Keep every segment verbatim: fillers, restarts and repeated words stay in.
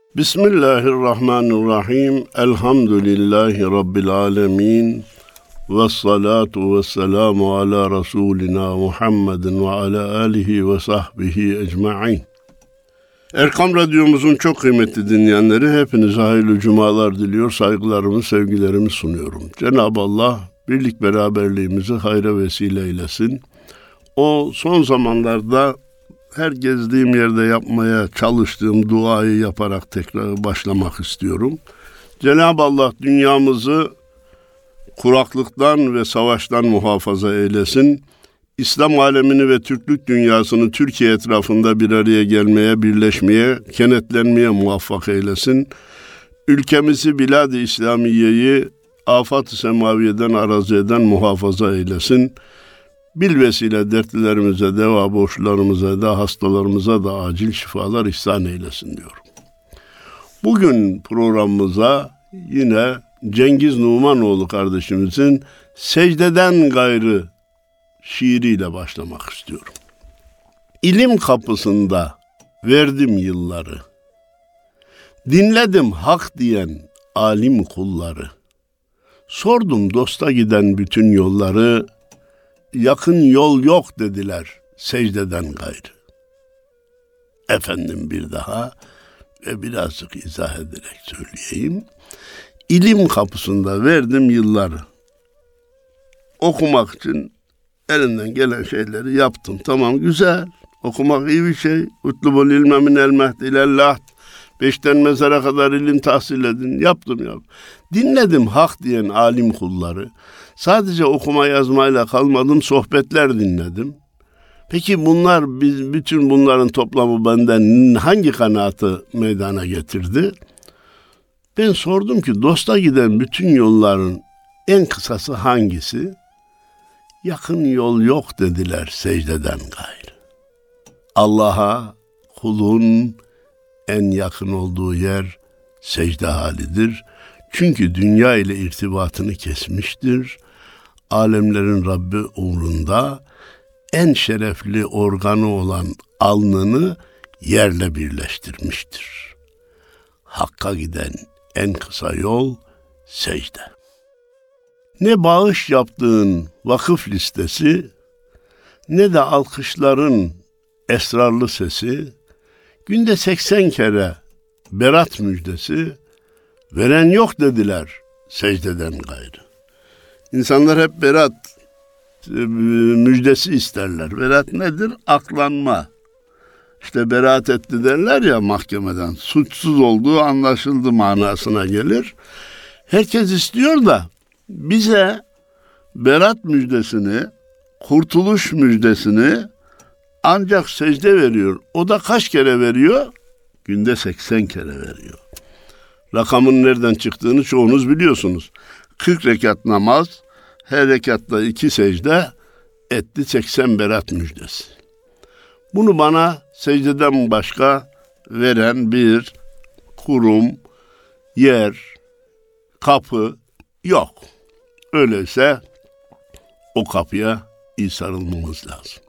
Bismillahirrahmanirrahim. Elhamdülillahi Rabbil alemin. Vessalatu vesselamu ala Resulina Muhammedin ve ala alihi ve sahbihi ecma'in. Erkam Radyomuzun çok kıymetli dinleyenleri, hepinize hayırlı cumalar diliyor, saygılarımı, sevgilerimi sunuyorum. Cenab-ı Allah birlik beraberliğimizi hayra vesile eylesin. O son zamanlarda her gezdiğim yerde yapmaya çalıştığım duayı yaparak tekrar başlamak istiyorum. Cenab-ı Allah dünyamızı kuraklıktan ve savaştan muhafaza eylesin. İslam alemini ve Türklük dünyasını Türkiye etrafında bir araya gelmeye, birleşmeye, kenetlenmeye muvaffak eylesin. Ülkemizi, Bilad-ı İslamiye'yi afat-ı semaviyeden, araziden muhafaza eylesin. Bilvesile dertlilerimize deva, borçlarımıza da, hastalarımıza da acil şifalar ihsan eylesin diyorum. Bugün programımıza yine Cengiz Numanoğlu kardeşimizin Secdeden Gayrı şiiriyle başlamak istiyorum. İlim kapısında verdim yılları, dinledim hak diyen alim kulları, sordum dosta giden bütün yolları, yakın yol yok dediler secdeden gayrı. Efendim bir daha ve birazcık izah ederek söyleyeyim. İlim kapısında verdim yılları. Okumak için elinden gelen şeyleri yaptım. Tamam, güzel. Okumak iyi bir şey. Utlubul ilme minel mehd ilellah. Beşten mezara kadar ilim tahsil edin. Yaptım ya. Dinledim hak diyen alim kulları. Sadece okuma yazmayla kalmadım, sohbetler dinledim. Peki bunlar, biz bütün bunların toplamı benden hangi kanaatı meydana getirdi? Ben sordum ki dosta giden bütün yolların en kısası hangisi? Yakın yol yok dediler secdeden gayrı. Allah'a kulun en yakın olduğu yer secde halidir. Çünkü dünya ile irtibatını kesmiştir. Alemlerin Rabbi uğrunda en şerefli organı olan alnını yerle birleştirmiştir. Hakka giden en kısa yol secde. Ne bağış yaptığın vakıf listesi, ne de alkışların esrarlı sesi, günde seksen kere berat müjdesi, veren yok dediler secdeden gayrı. İnsanlar hep berat müjdesi isterler. Berat nedir? Aklanma. İşte beraat etti derler ya mahkemeden. Suçsuz olduğu anlaşıldı manasına gelir. Herkes istiyor da bize berat müjdesini, kurtuluş müjdesini ancak secde veriyor. O da kaç kere veriyor? Günde seksen kere veriyor. Rakamın nereden çıktığını çoğunuz biliyorsunuz. kırk rekat namaz, her rekatta iki secde etti, seksen berat müjdesi. Bunu bana secdeden başka veren bir kurum, yer, kapı yok. Öyleyse o kapıya iyi sarılmamız lazım.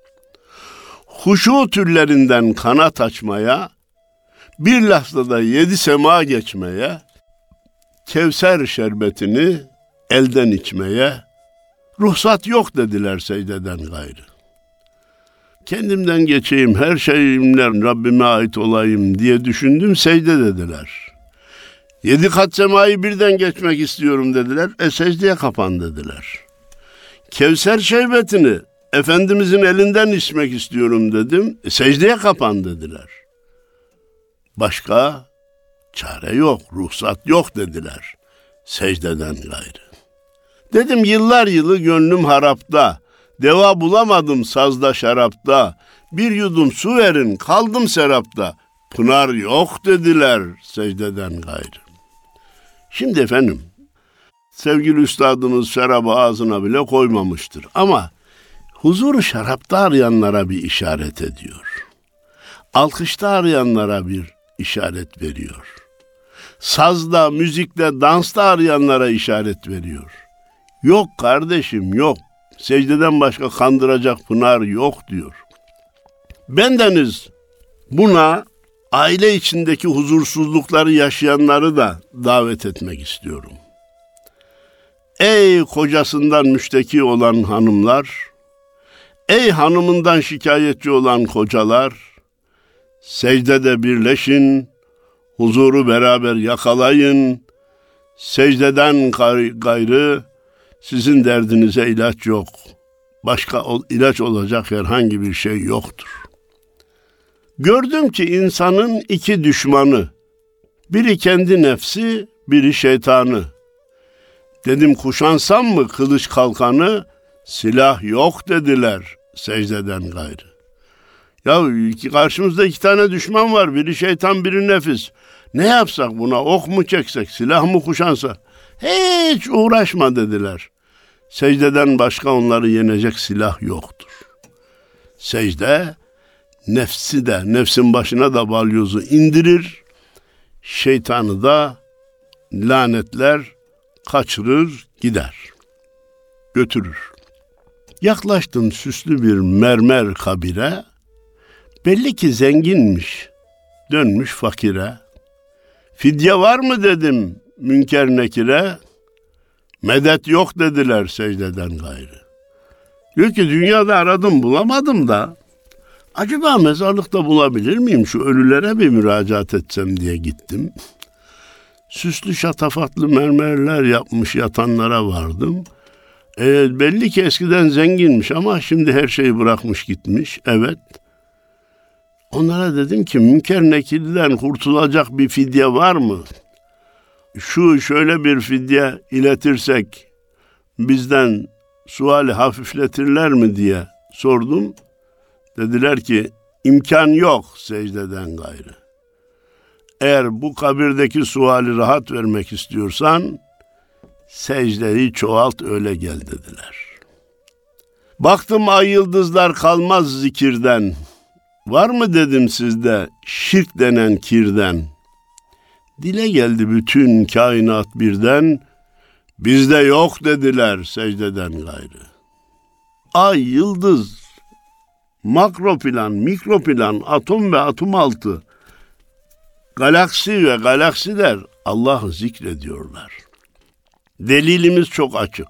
Huşu türlerinden kanat açmaya, bir lahzada yedi sema geçmeye, Kevser şerbetini elden içmeye ruhsat yok dediler secdeden gayrı. Kendimden geçeyim, her şeyimle Rabbime ait olayım diye düşündüm, secde dediler. Yedi kat semayı birden geçmek istiyorum dediler, e secdeye kapan dediler. Kevser şerbetini Efendimizin elinden içmek istiyorum dedim, e secdeye kapan dediler. Başka çare yok, ruhsat yok dediler secdeden gayrı. Dedim yıllar yılı gönlüm harapta, deva bulamadım sazda şarapta, bir yudum su verin kaldım serapta, pınar yok dediler secdeden gayrı. Şimdi efendim, sevgili üstadımız şarabı ağzına bile koymamıştır ama huzuru şarapta arayanlara bir işaret ediyor. Alkışta arayanlara bir işaret veriyor. Sazda, müzikte, dansta arayanlara işaret veriyor. Yok kardeşim yok. Secdeden başka kandıracak pınar yok diyor. Bendeniz buna aile içindeki huzursuzlukları yaşayanları da davet etmek istiyorum. Ey kocasından müşteki olan hanımlar, ey hanımından şikayetçi olan kocalar, secdede birleşin, huzuru beraber yakalayın, secdeden gayrı sizin derdinize ilaç yok. Başka ilaç olacak herhangi bir şey yoktur. Gördüm ki insanın iki düşmanı, biri kendi nefsi, biri şeytanı. Dedim kuşansam mı kılıç kalkanı, silah yok dediler secdeden gayrı. Ya iki, karşımızda iki tane düşman var, biri şeytan, biri nefis. Ne yapsak buna, ok mu çeksek, silah mı kuşansa? Hiç uğraşma dediler. Secdeden başka onları yenecek silah yoktur. Secde, nefsi de, nefsin başına da balyozu indirir, şeytanı da lanetler, kaçırır, gider, götürür. Yaklaştım süslü bir mermer kabire, belli ki zenginmiş, dönmüş fakire. Fidye var mı dedim münker nekire, medet yok dediler secdeden gayrı. Diyor ki dünyada aradım bulamadım da, acaba mezarlıkta bulabilir miyim, şu ölülere bir müracaat etsem diye gittim. Süslü şatafatlı mermerler yapmış yatanlara vardım. E, belli ki eskiden zenginmiş ama şimdi her şeyi bırakmış gitmiş. Evet. Onlara dedim ki münker nekirden kurtulacak bir fidye var mı? Şu şöyle bir fidye iletirsek bizden suali hafifletirler mi diye sordum. Dediler ki imkan yok secdeden gayrı. Eğer bu kabirdeki suali rahat vermek istiyorsan secdeyi çoğalt öyle gel dediler. Baktım ay yıldızlar kalmaz zikirden. Var mı dedim sizde şirk denen kirden. Dile geldi bütün kainat birden. Bizde yok dediler secdeden gayrı. Ay, yıldız, makro plan, mikro plan, atom ve atom altı, galaksi ve galaksiler Allah'ı zikrediyorlar. Delilimiz çok açık.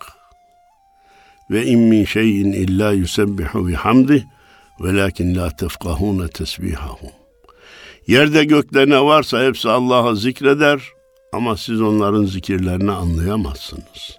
Ve in min şeyin illa yusebbihu bihamdih velakin la tefkahune tesbihahum. Yerde gökte ne varsa hepsi Allah'ı zikreder ama siz onların zikirlerini anlayamazsınız.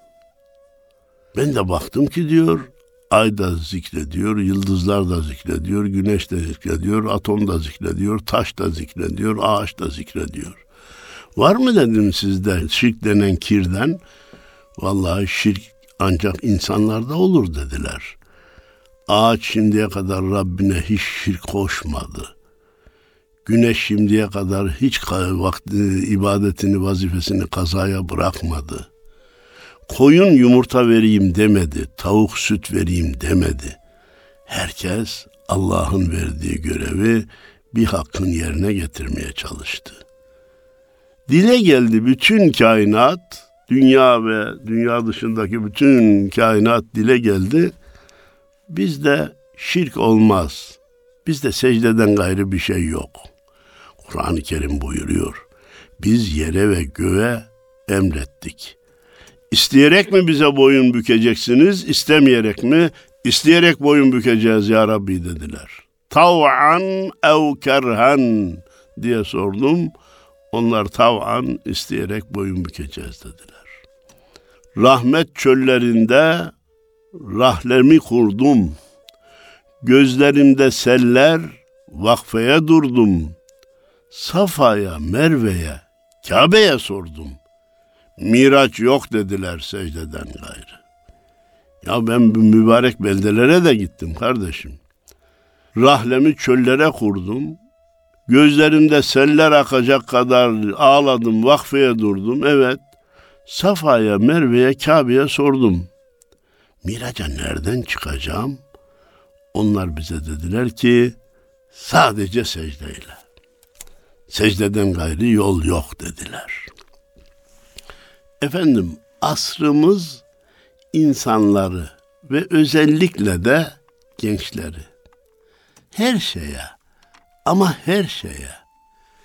Ben de baktım ki diyor, ay da zikrediyor, yıldızlar da zikrediyor, güneş de zikrediyor, atom da zikrediyor, taş da zikrediyor, ağaç da zikrediyor. Var mı dedim sizde şirk denen kirden? Vallahi şirk ancak insanlarda olur dediler. Ağaç şimdiye kadar Rabbine hiç şirk koşmadı. Güneş şimdiye kadar hiç vakti, ibadetini, vazifesini kazaya bırakmadı. Koyun yumurta vereyim demedi, tavuk süt vereyim demedi. Herkes Allah'ın verdiği görevi bir hakkın yerine getirmeye çalıştı. Dile geldi bütün kainat, dünya ve dünya dışındaki bütün kainat dile geldi. Bizde şirk olmaz. Bizde secdeden gayrı bir şey yok. Kur'an-ı Kerim buyuruyor. Biz yere ve göğe emrettik. İsteyerek mi bize boyun bükeceksiniz, istemeyerek mi? İsteyerek boyun bükeceğiz ya Rabbi dediler. Tav'an ev kerhan diye sordum. Onlar tav'an, isteyerek boyun bükeceğiz dediler. Rahmet çöllerinde rahlemi kurdum. Gözlerimde seller, vakfeye durdum. Safa'ya, Merve'ye, Kabe'ye sordum. Miraç yok dediler secdeden gayrı. Ya ben bu mübarek beldelere de gittim kardeşim. Rahlemi çöllere kurdum. Gözlerimde seller akacak kadar ağladım, vakfeye durdum. Evet, Safa'ya, Merve'ye, Kabe'ye sordum. Miraç'a nereden çıkacağım? Onlar bize dediler ki sadece secdeyle. Secdeden gayrı yol yok dediler. Efendim, asrımız insanları ve özellikle de gençleri her şeye ama her şeye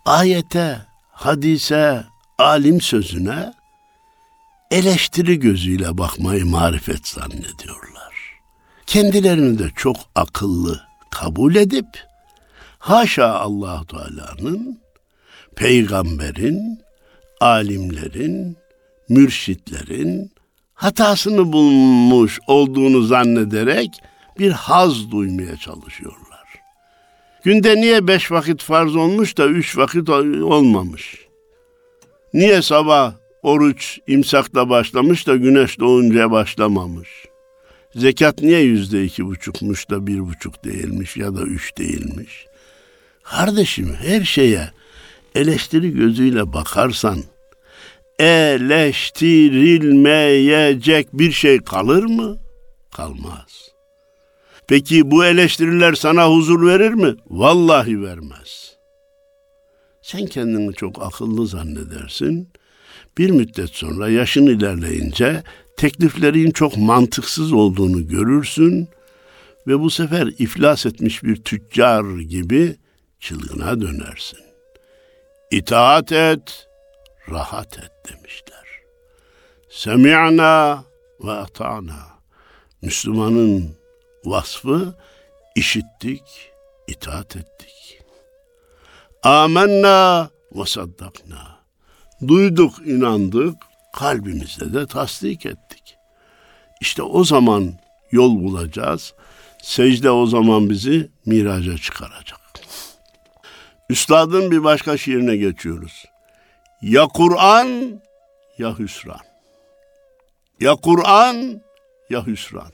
ayete, hadise, alim sözüne eleştiri gözüyle bakmayı marifet zannediyorlar. Kendilerini de çok akıllı kabul edip haşa Allah-u Teala'nın, peygamberin, alimlerin, mürşitlerin hatasını bulmuş olduğunu zannederek bir haz duymaya çalışıyorlar. Günde niye beş vakit farz olmuş da üç vakit olmamış? Niye sabah oruç imsakla başlamış da güneş doğunca başlamamış? Zekat niye yüzde iki buçukmuş da bir buçuk değilmiş ya da üç değilmiş? Kardeşim, her şeye eleştiri gözüyle bakarsan eleştirilmeyecek bir şey kalır mı? Kalmaz. Peki bu eleştiriler sana huzur verir mi? Vallahi vermez. Sen kendini çok akıllı zannedersin. Bir müddet sonra yaşın ilerleyince tekliflerin çok mantıksız olduğunu görürsün ve bu sefer iflas etmiş bir tüccar gibi çılgına dönersin. İtaat et, rahat et demişler. Semi'na ve ata'na. Müslümanın vasfı işittik, itaat ettik. Âmennâ ve saddaknâ. Duyduk, inandık, kalbimizde de tasdik ettik. İşte o zaman yol bulacağız. Secde o zaman bizi miraca çıkaracak. Üstadın bir başka şiirine geçiyoruz. Ya Kur'an ya hüsran. Ya Kur'an ya hüsran.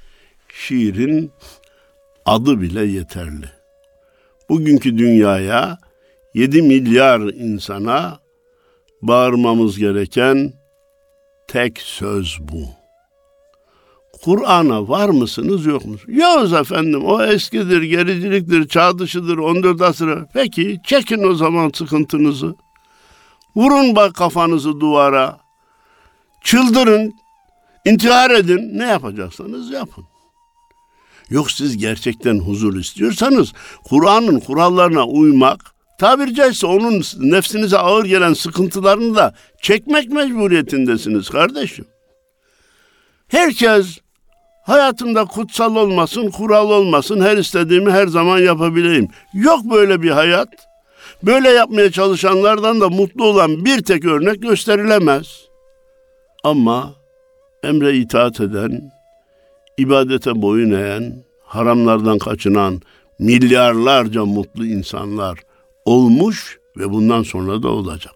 Şiirin adı bile yeterli. Bugünkü dünyaya yedi milyar insana bağırmamız gereken tek söz bu. Kur'an'a var mısınız, yok musunuz? Yokuz efendim, o eskidir, gericiliktir, çağ dışıdır, on dört asır. Peki çekin o zaman sıkıntınızı. Vurun bak kafanızı duvara. Çıldırın, intihar edin. Ne yapacaksanız yapın. Yok, siz gerçekten huzur istiyorsanız Kur'an'ın kurallarına uymak, tabiri caizse onun nefsinize ağır gelen sıkıntılarını da çekmek mecburiyetindesiniz kardeşim. Herkes hayatımda kutsal olmasın, kural olmasın, her istediğimi her zaman yapabileyim. Yok böyle bir hayat. Böyle yapmaya çalışanlardan da mutlu olan bir tek örnek gösterilemez. Ama emre itaat eden, ibadete boyun eğen, haramlardan kaçınan milyarlarca mutlu insanlar olmuş ve bundan sonra da olacak.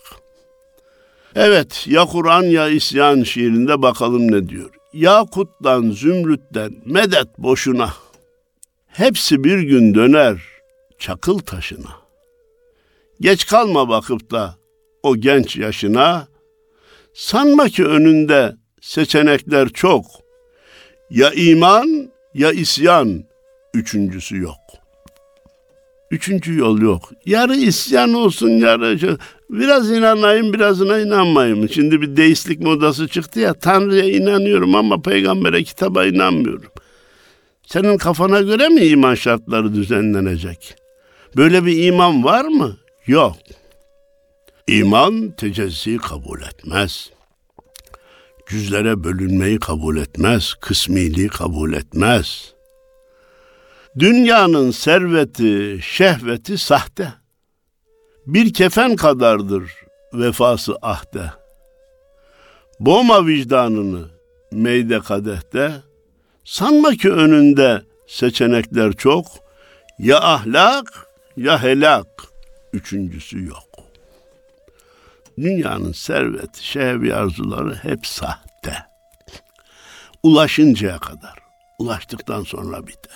Evet, ya Kur'an ya isyan şiirinde bakalım ne diyor. Yakuttan, zümrütten medet boşuna. Hepsi bir gün döner çakıl taşına. Geç kalma bakıp da o genç yaşına. Sanma ki önünde seçenekler çok. Ya iman ya isyan, üçüncüsü yok. Üçüncü yol yok. Yarı isyan olsun, yarı biraz inanayım, birazına inanmayayım. Şimdi bir deistlik modası çıktı ya, Tanrı'ya inanıyorum ama peygambere, kitaba inanmıyorum. Senin kafana göre mi iman şartları düzenlenecek? Böyle bir iman var mı? Yok. İman tecezzi kabul etmez. Cüzlere bölünmeyi kabul etmez. Kısmiliği kabul etmez. Dünyanın serveti, şehveti sahte. Bir kefen kadardır vefası ahde. Boğma vicdanını meyde kadehte. Sanma ki önünde seçenekler çok. Ya ahlak ya helak. Üçüncüsü yok. Dünyanın serveti, şehvi arzuları hep sahte. Ulaşıncaya kadar. Ulaştıktan sonra biter.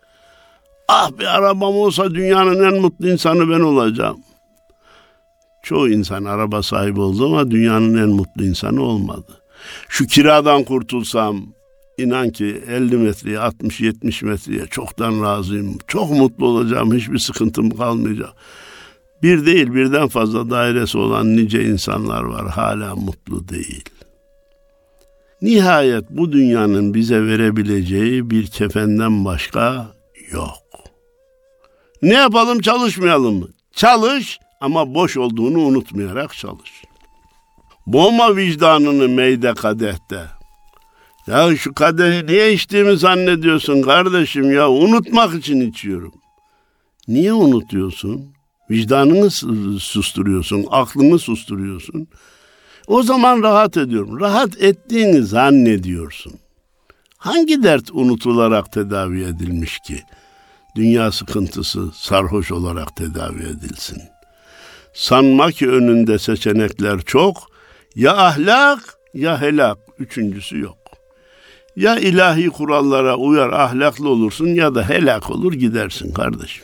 Ah, bir arabam olsa dünyanın en mutlu insanı ben olacağım. Çoğu insan araba sahibi oldu ama dünyanın en mutlu insanı olmadı. Şu kiradan kurtulsam, inan ki elli metreye, altmış yetmiş metreye çoktan razıyım. Çok mutlu olacağım, hiçbir sıkıntım kalmayacak. Bir değil, birden fazla dairesi olan nice insanlar var, hala mutlu değil. Nihayet bu dünyanın bize verebileceği bir kefenden başka yok. Ne yapalım, çalışmayalım mı? Çalış ama boş olduğunu unutmayarak çalış. Boğma vicdanını meyde kadehte. Ya şu kadehi niye içtiğimi zannediyorsun kardeşim ya? Unutmak için içiyorum. Niye unutuyorsun? Vicdanını susturuyorsun, aklını susturuyorsun. O zaman rahat ediyorum. Rahat ettiğini zannediyorsun. Hangi dert unutularak tedavi edilmiş ki? Dünya sıkıntısı sarhoş olarak tedavi edilsin. Sanma ki önünde seçenekler çok. Ya ahlak ya helak. Üçüncüsü yok. Ya ilahi kurallara uyar ahlaklı olursun ya da helak olur gidersin kardeşim.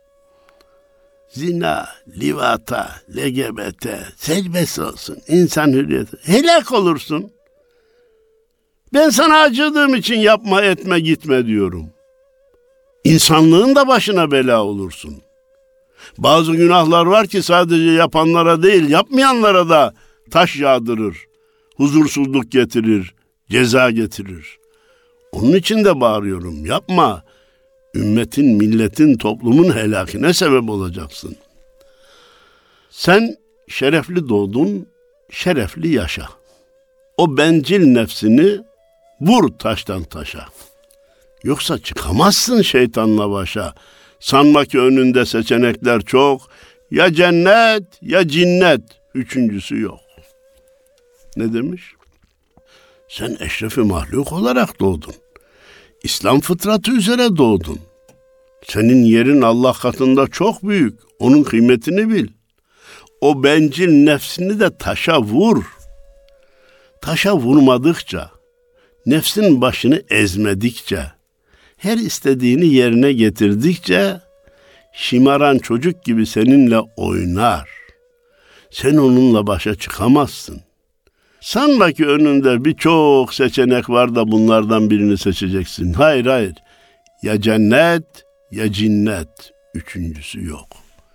Zina, livata, L G B T, serbest olsun, insan hürriyeti. Helak olursun. Ben sana acıdığım için yapma etme gitme diyorum. İnsanlığın da başına bela olursun. Bazı günahlar var ki sadece yapanlara değil, yapmayanlara da taş yağdırır, huzursuzluk getirir, ceza getirir. Onun için de bağırıyorum, yapma. Ümmetin, milletin, toplumun helakine sebep olacaksın. Sen şerefli doğdun, şerefli yaşa. O bencil nefsini vur taştan taşa. Yoksa çıkamazsın şeytanla başa. Sanma ki önünde seçenekler çok. Ya cennet ya cinnet. Üçüncüsü yok. Ne demiş? Sen eşrefi mahluk olarak doğdun. İslam fıtratı üzere doğdun. Senin yerin Allah katında çok büyük. Onun kıymetini bil. O bencil nefsini de taşa vur. Taşa vurmadıkça, nefsin başını ezmedikçe, her istediğini yerine getirdikçe, şımaran çocuk gibi seninle oynar. Sen onunla başa çıkamazsın. Sanma ki önünde birçok seçenek var da bunlardan birini seçeceksin. Hayır hayır. Ya cennet ya cinnet. Üçüncüsü yok.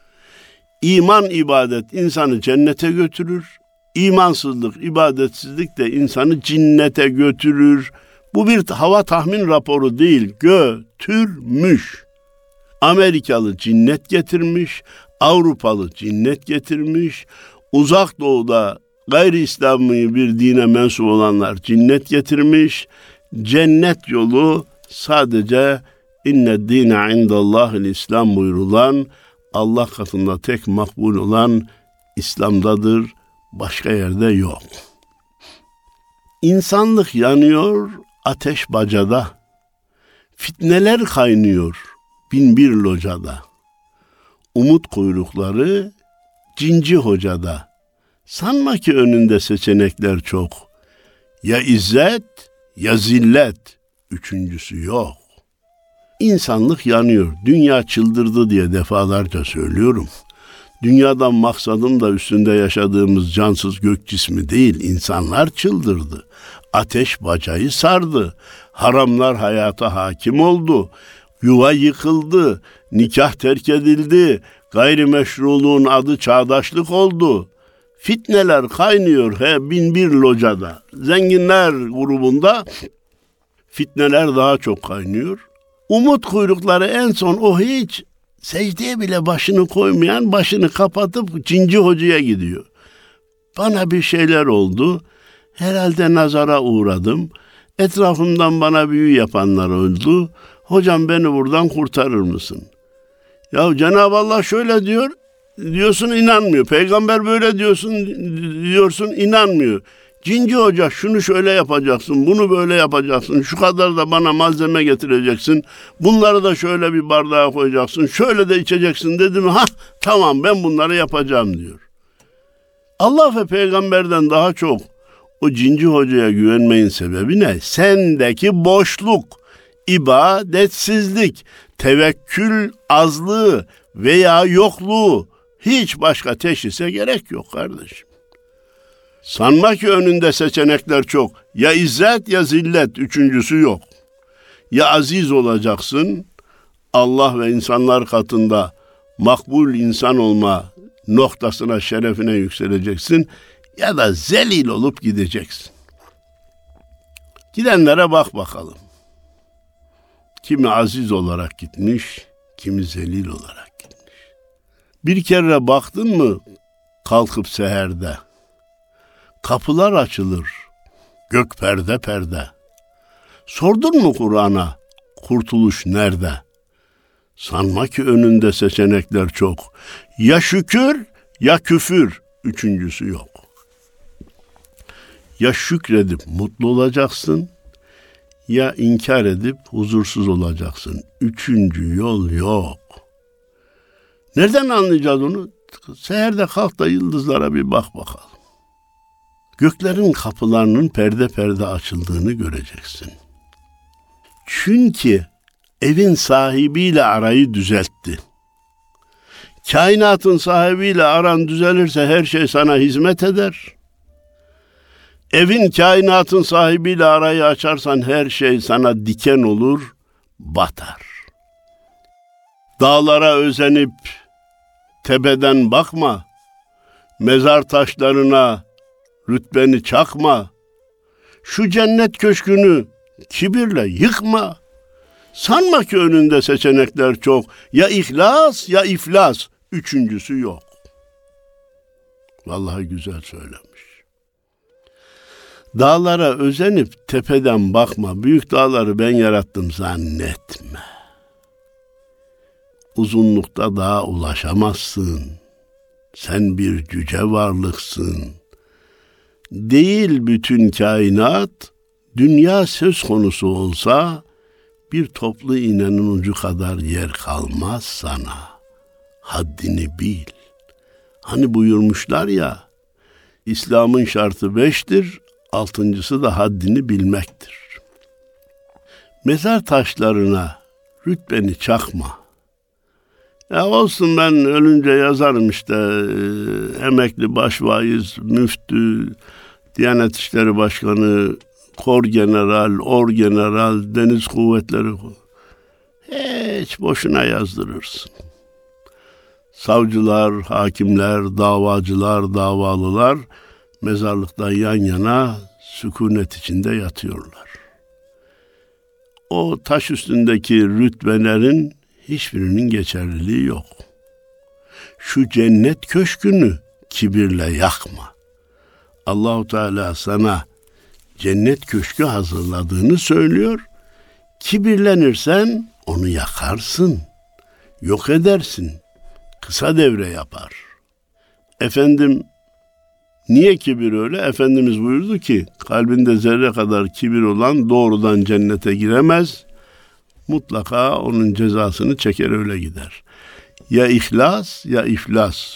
İman, ibadet insanı cennete götürür. İmansızlık, ibadetsizlik de insanı cinnete götürür. Bu bir hava tahmin raporu değil, götürmüş. Amerikalı cinnet getirmiş, Avrupalı cinnet getirmiş, Uzak Doğu'da gayri İslami bir dine mensup olanlar cinnet getirmiş. Cennet yolu sadece inne dîne indallâhil İslam buyurulan, Allah katında tek makbul olan İslam'dadır. Başka yerde yok. İnsanlık yanıyor ateş bacada. Fitneler kaynıyor bin bir locada. Umut kuyrukları cinci hocada. Sanma ki önünde seçenekler çok. Ya izzet ya zillet. Üçüncüsü yok. İnsanlık yanıyor. Dünya çıldırdı diye defalarca söylüyorum. Dünyadan maksadım da üstünde yaşadığımız cansız gök cismi değil, insanlar çıldırdı. Ateş bacayı sardı. Haramlar hayata hakim oldu. Yuva yıkıldı. Nikah terk edildi. Gayrimeşruluğun adı çağdaşlık oldu. Fitneler kaynıyor he bin bir locada. Zenginler grubunda fitneler daha çok kaynıyor. Umut kuyrukları en son o hiç secdeye bile başını koymayan, başını kapatıp cinci hocaya gidiyor. Bana bir şeyler oldu. Herhalde nazara uğradım. Etrafımdan bana büyü yapanlar oldu. Hocam beni buradan kurtarır mısın? Ya Cenab-ı Allah şöyle diyor, diyorsun inanmıyor. Peygamber böyle diyorsun, diyorsun inanmıyor. Cinci hoca şunu şöyle yapacaksın, bunu böyle yapacaksın, şu kadar da bana malzeme getireceksin, bunları da şöyle bir bardağa koyacaksın, şöyle de içeceksin dedi mi? Ha tamam ben bunları yapacağım diyor. Allah ve peygamberden daha çok o cinci hocaya güvenmeyin sebebi ne? Sendeki boşluk, ibadetsizlik, tevekkül azlığı veya yokluğu, hiç başka teşhise gerek yok kardeşim. Sanma ki önünde seçenekler çok. Ya izzet ya zillet, üçüncüsü yok. Ya aziz olacaksın, Allah ve insanlar katında makbul insan olma noktasına, şerefine yükseleceksin, ya da zelil olup gideceksin. Gidenlere bak bakalım. Kimi aziz olarak gitmiş, kimi zelil olarak gitmiş. Bir kere baktın mı kalkıp seherde, kapılar açılır, gök perde perde. Sordun mu Kur'an'a, kurtuluş nerede? Sanma ki önünde seçenekler çok. Ya şükür ya küfür, üçüncüsü yok. Ya şükredip mutlu olacaksın, ya inkar edip huzursuz olacaksın. Üçüncü yol yok. Nereden anlayacağız onu? Seherde kalk da yıldızlara bir bak bakalım. Göklerin kapılarının perde perde açıldığını göreceksin. Çünkü evin sahibiyle arayı düzeltti. Kainatın sahibiyle aran düzelirse her şey sana hizmet eder. Evin kainatın sahibiyle arayı açarsan her şey sana diken olur, batar. Dağlara özenip tepeden bakma, mezar taşlarına rütbeni çakma, şu cennet köşkünü kibirle yıkma. Sanma ki önünde seçenekler çok, ya ihlas ya iflas, üçüncüsü yok. Vallahi güzel söylemiş. Dağlara özenip tepeden bakma, büyük dağları ben yarattım zannetme. Uzunlukta dağa ulaşamazsın. Sen bir cüce varlıksın. Değil bütün kainat, dünya söz konusu olsa, bir toplu iğnenin ucu kadar yer kalmaz sana. Haddini bil. Hani buyurmuşlar ya, İslam'ın şartı beştir, altıncısı da haddini bilmektir. Mezar taşlarına rütbeni çakma. Ya olsun ben ölünce yazarım işte e, emekli başvaiz, müftü, Diyanet İşleri Başkanı, Kor General, Or General, Deniz Kuvvetleri. Hiç boşuna yazdırırsın. Savcılar, hakimler, davacılar, davalılar mezarlıkta yan yana sükunet içinde yatıyorlar. O taş üstündeki rütbelerin hiçbirinin geçerliliği yok. Şu cennet köşkünü kibirle yakma. Allahu Teala sana cennet köşkü hazırladığını söylüyor. Kibirlenirsen onu yakarsın, yok edersin, kısa devre yapar. Efendim, niye kibir öyle? Efendimiz buyurdu ki, kalbinde zerre kadar kibir olan doğrudan cennete giremez, mutlaka onun cezasını çeker öyle gider. Ya ihlas ya iflas.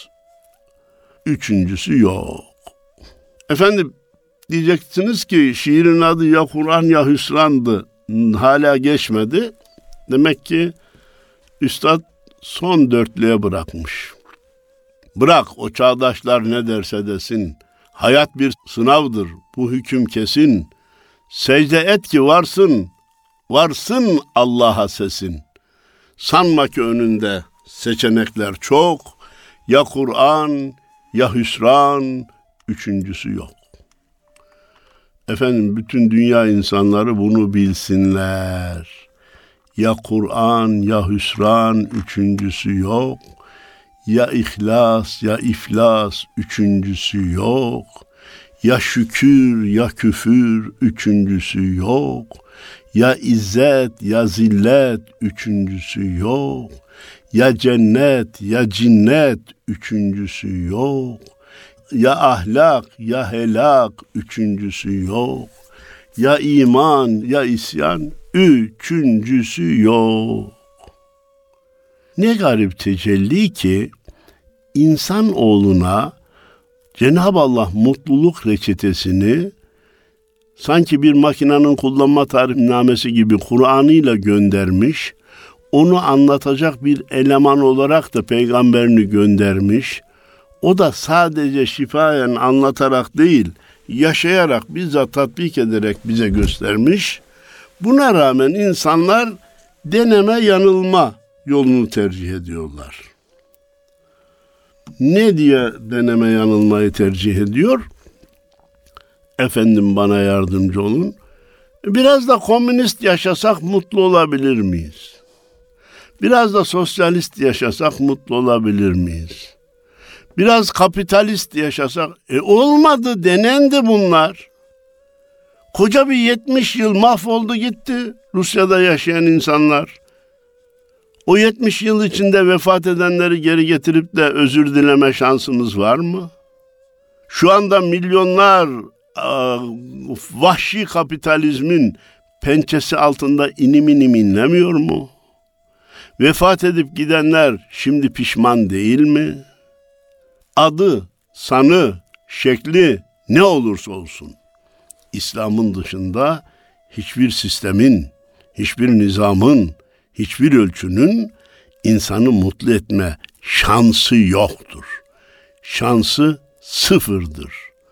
Üçüncüsü yok. Efendim diyeceksiniz ki şiirin adı ya Kur'an ya hüsrandı. Hala geçmedi. Demek ki üstad son dörtlüğe bırakmış. Bırak o çağdaşlar ne derse desin. Hayat bir sınavdır. Bu hüküm kesin. Secde et ki varsın. Varsın Allah'a sesin. Sanma ki önünde seçenekler çok. Ya Kur'an ya hüsran, üçüncüsü yok. Efendim bütün dünya insanları bunu bilsinler. Ya Kur'an ya hüsran, üçüncüsü yok. Ya ihlas ya iflas, üçüncüsü yok. Ya şükür ya küfür, üçüncüsü yok. Ya izzet ya zillet, üçüncüsü yok. Ya cennet ya cinnet, üçüncüsü yok. Ya ahlak ya helak, üçüncüsü yok. Ya iman ya isyan, üçüncüsü yok. Ne garip tecelli ki insan oğluna Cenab-ı Allah mutluluk reçetesini sanki bir makinenin kullanma tarifnamesi gibi Kur'an'ıyla göndermiş, onu anlatacak bir eleman olarak da peygamberini göndermiş. O da sadece şifayen anlatarak değil, yaşayarak, bizzat tatbik ederek bize göstermiş. Buna rağmen insanlar deneme yanılma yolunu tercih ediyorlar. Ne diye deneme yanılmayı tercih ediyor? Efendim bana yardımcı olun. Biraz da komünist yaşasak mutlu olabilir miyiz? Biraz da sosyalist yaşasak mutlu olabilir miyiz? Biraz kapitalist yaşasak, e olmadı, denendi bunlar. Koca bir yetmiş yıl mahvoldu gitti Rusya'da yaşayan insanlar. O yetmiş yıl içinde vefat edenleri geri getirip de özür dileme şansımız var mı? Şu anda milyonlar a, vahşi kapitalizmin pençesi altında inim inim inlemiyor mu? Vefat edip gidenler şimdi pişman değil mi? Adı, sanı, şekli ne olursa olsun, İslam'ın dışında hiçbir sistemin, hiçbir nizamın, hiçbir ölçünün insanı mutlu etme şansı yoktur. Şansı sıfırdır.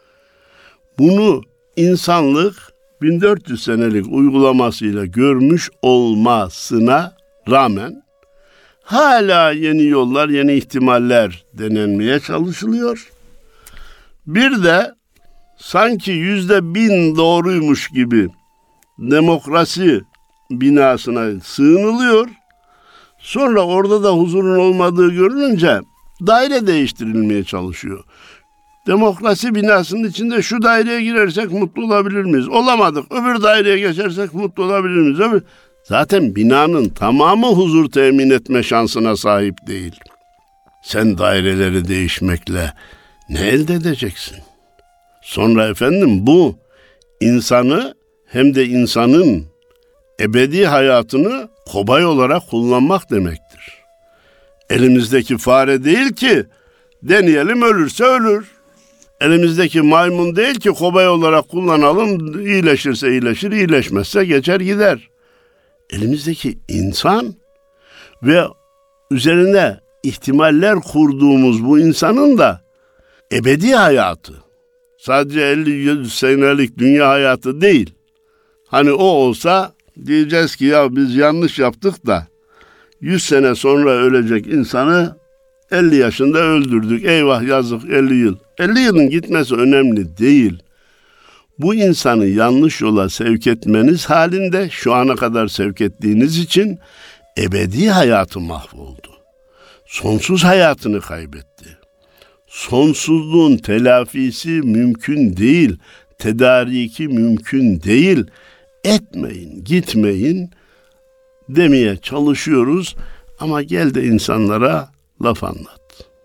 Bunu insanlık bin dört yüz senelik uygulamasıyla görmüş olmasına rağmen hala yeni yollar, yeni ihtimaller denenmeye çalışılıyor. Bir de sanki yüzde bin doğruymuş gibi demokrasi binasına sığınılıyor. Sonra orada da huzurun olmadığı görülünce daire değiştirilmeye çalışıyor. Demokrasi binasının içinde şu daireye girersek mutlu olabilir miyiz? Olamadık. Öbür daireye geçersek mutlu olabilir miyiz? Öbür... Zaten binanın tamamı huzur temin etme şansına sahip değil. Sen daireleri değişmekle ne elde edeceksin? Sonra efendim bu insanı hem de insanın ebedi hayatını kobay olarak kullanmak demektir. Elimizdeki fare değil ki deneyelim ölürse ölür. Elimizdeki maymun değil ki kobay olarak kullanalım, iyileşirse iyileşir, iyileşmezse geçer gider. Elimizdeki insan ve üzerine ihtimaller kurduğumuz bu insanın da ebedi hayatı. Sadece elli yüz senelik dünya hayatı değil. Hani o olsa diyeceğiz ki ya biz yanlış yaptık da yüz sene sonra ölecek insanı elli yaşında öldürdük. Eyvah yazık elli yıl. elli yılın gitmesi önemli değil. Bu insanı yanlış yola sevk etmeniz halinde şu ana kadar sevk ettiğiniz için ebedi hayatı mahvoldu. Sonsuz hayatını kaybetti. Sonsuzluğun telafisi mümkün değil. Tedariki mümkün değil. Etmeyin, gitmeyin demeye çalışıyoruz ama gel de insanlara laf anlat.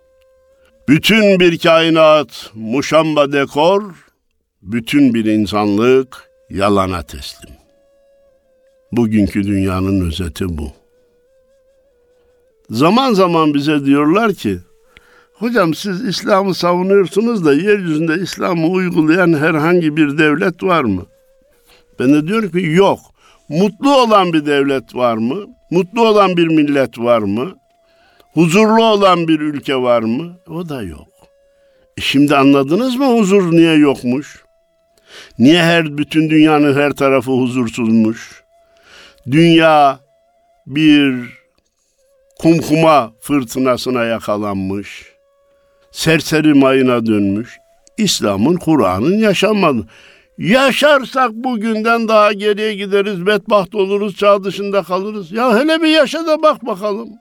Bütün bir kainat muşamba dekor, bütün bir insanlık yalana teslim. Bugünkü dünyanın özeti bu. Zaman zaman bize diyorlar ki, hocam siz İslam'ı savunuyorsunuz da yeryüzünde İslam'ı uygulayan herhangi bir devlet var mı? Ben de diyorum ki yok. Mutlu olan bir devlet var mı? Mutlu olan bir millet var mı? Huzurlu olan bir ülke var mı? O da yok. E şimdi anladınız mı huzur niye yokmuş? Niye her bütün dünyanın her tarafı huzursuzmuş? Dünya bir kumkuma fırtınasına yakalanmış. Serseri mayına dönmüş. İslam'ın, Kur'an'ın yaşanmadı. Yaşarsak bugünden daha geriye gideriz, bedbaht oluruz, çağ dışında kalırız. Ya hele bir yaşa da bak bakalım.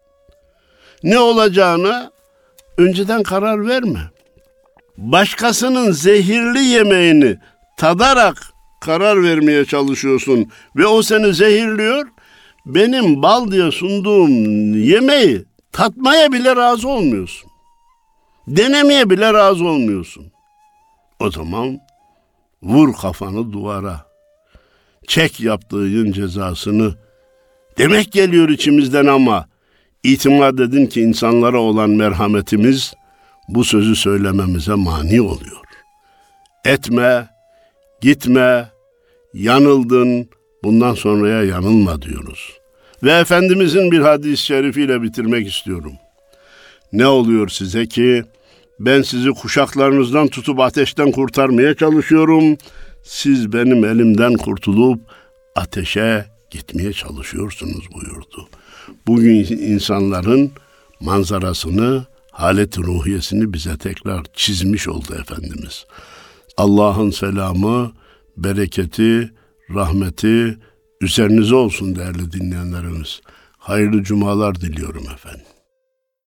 Ne olacağına önceden karar verme. Başkasının zehirli yemeğini tadarak karar vermeye çalışıyorsun ve o seni zehirliyor. Benim bal diye sunduğum yemeği tatmaya bile razı olmuyorsun. Denemeye bile razı olmuyorsun. O zaman vur kafanı duvara. Çek yaptığın cezasını. Demek geliyor içimizden ama itimat edin ki insanlara olan merhametimiz bu sözü söylememize mani oluyor. Etme, gitme, yanıldın, bundan sonraya yanılma diyoruz. Ve Efendimizin bir hadis-i şerifiyle bitirmek istiyorum. Ne oluyor size ki ben sizi kuşaklarınızdan tutup ateşten kurtarmaya çalışıyorum. Siz benim elimden kurtulup ateşe gitmeye çalışıyorsunuz buyurdu. Bugün insanların manzarasını, halet-i ruhiyesini bize tekrar çizmiş oldu Efendimiz. Allah'ın selamı, bereketi, rahmeti üzerinize olsun değerli dinleyenlerimiz. Hayırlı cumalar diliyorum efendim.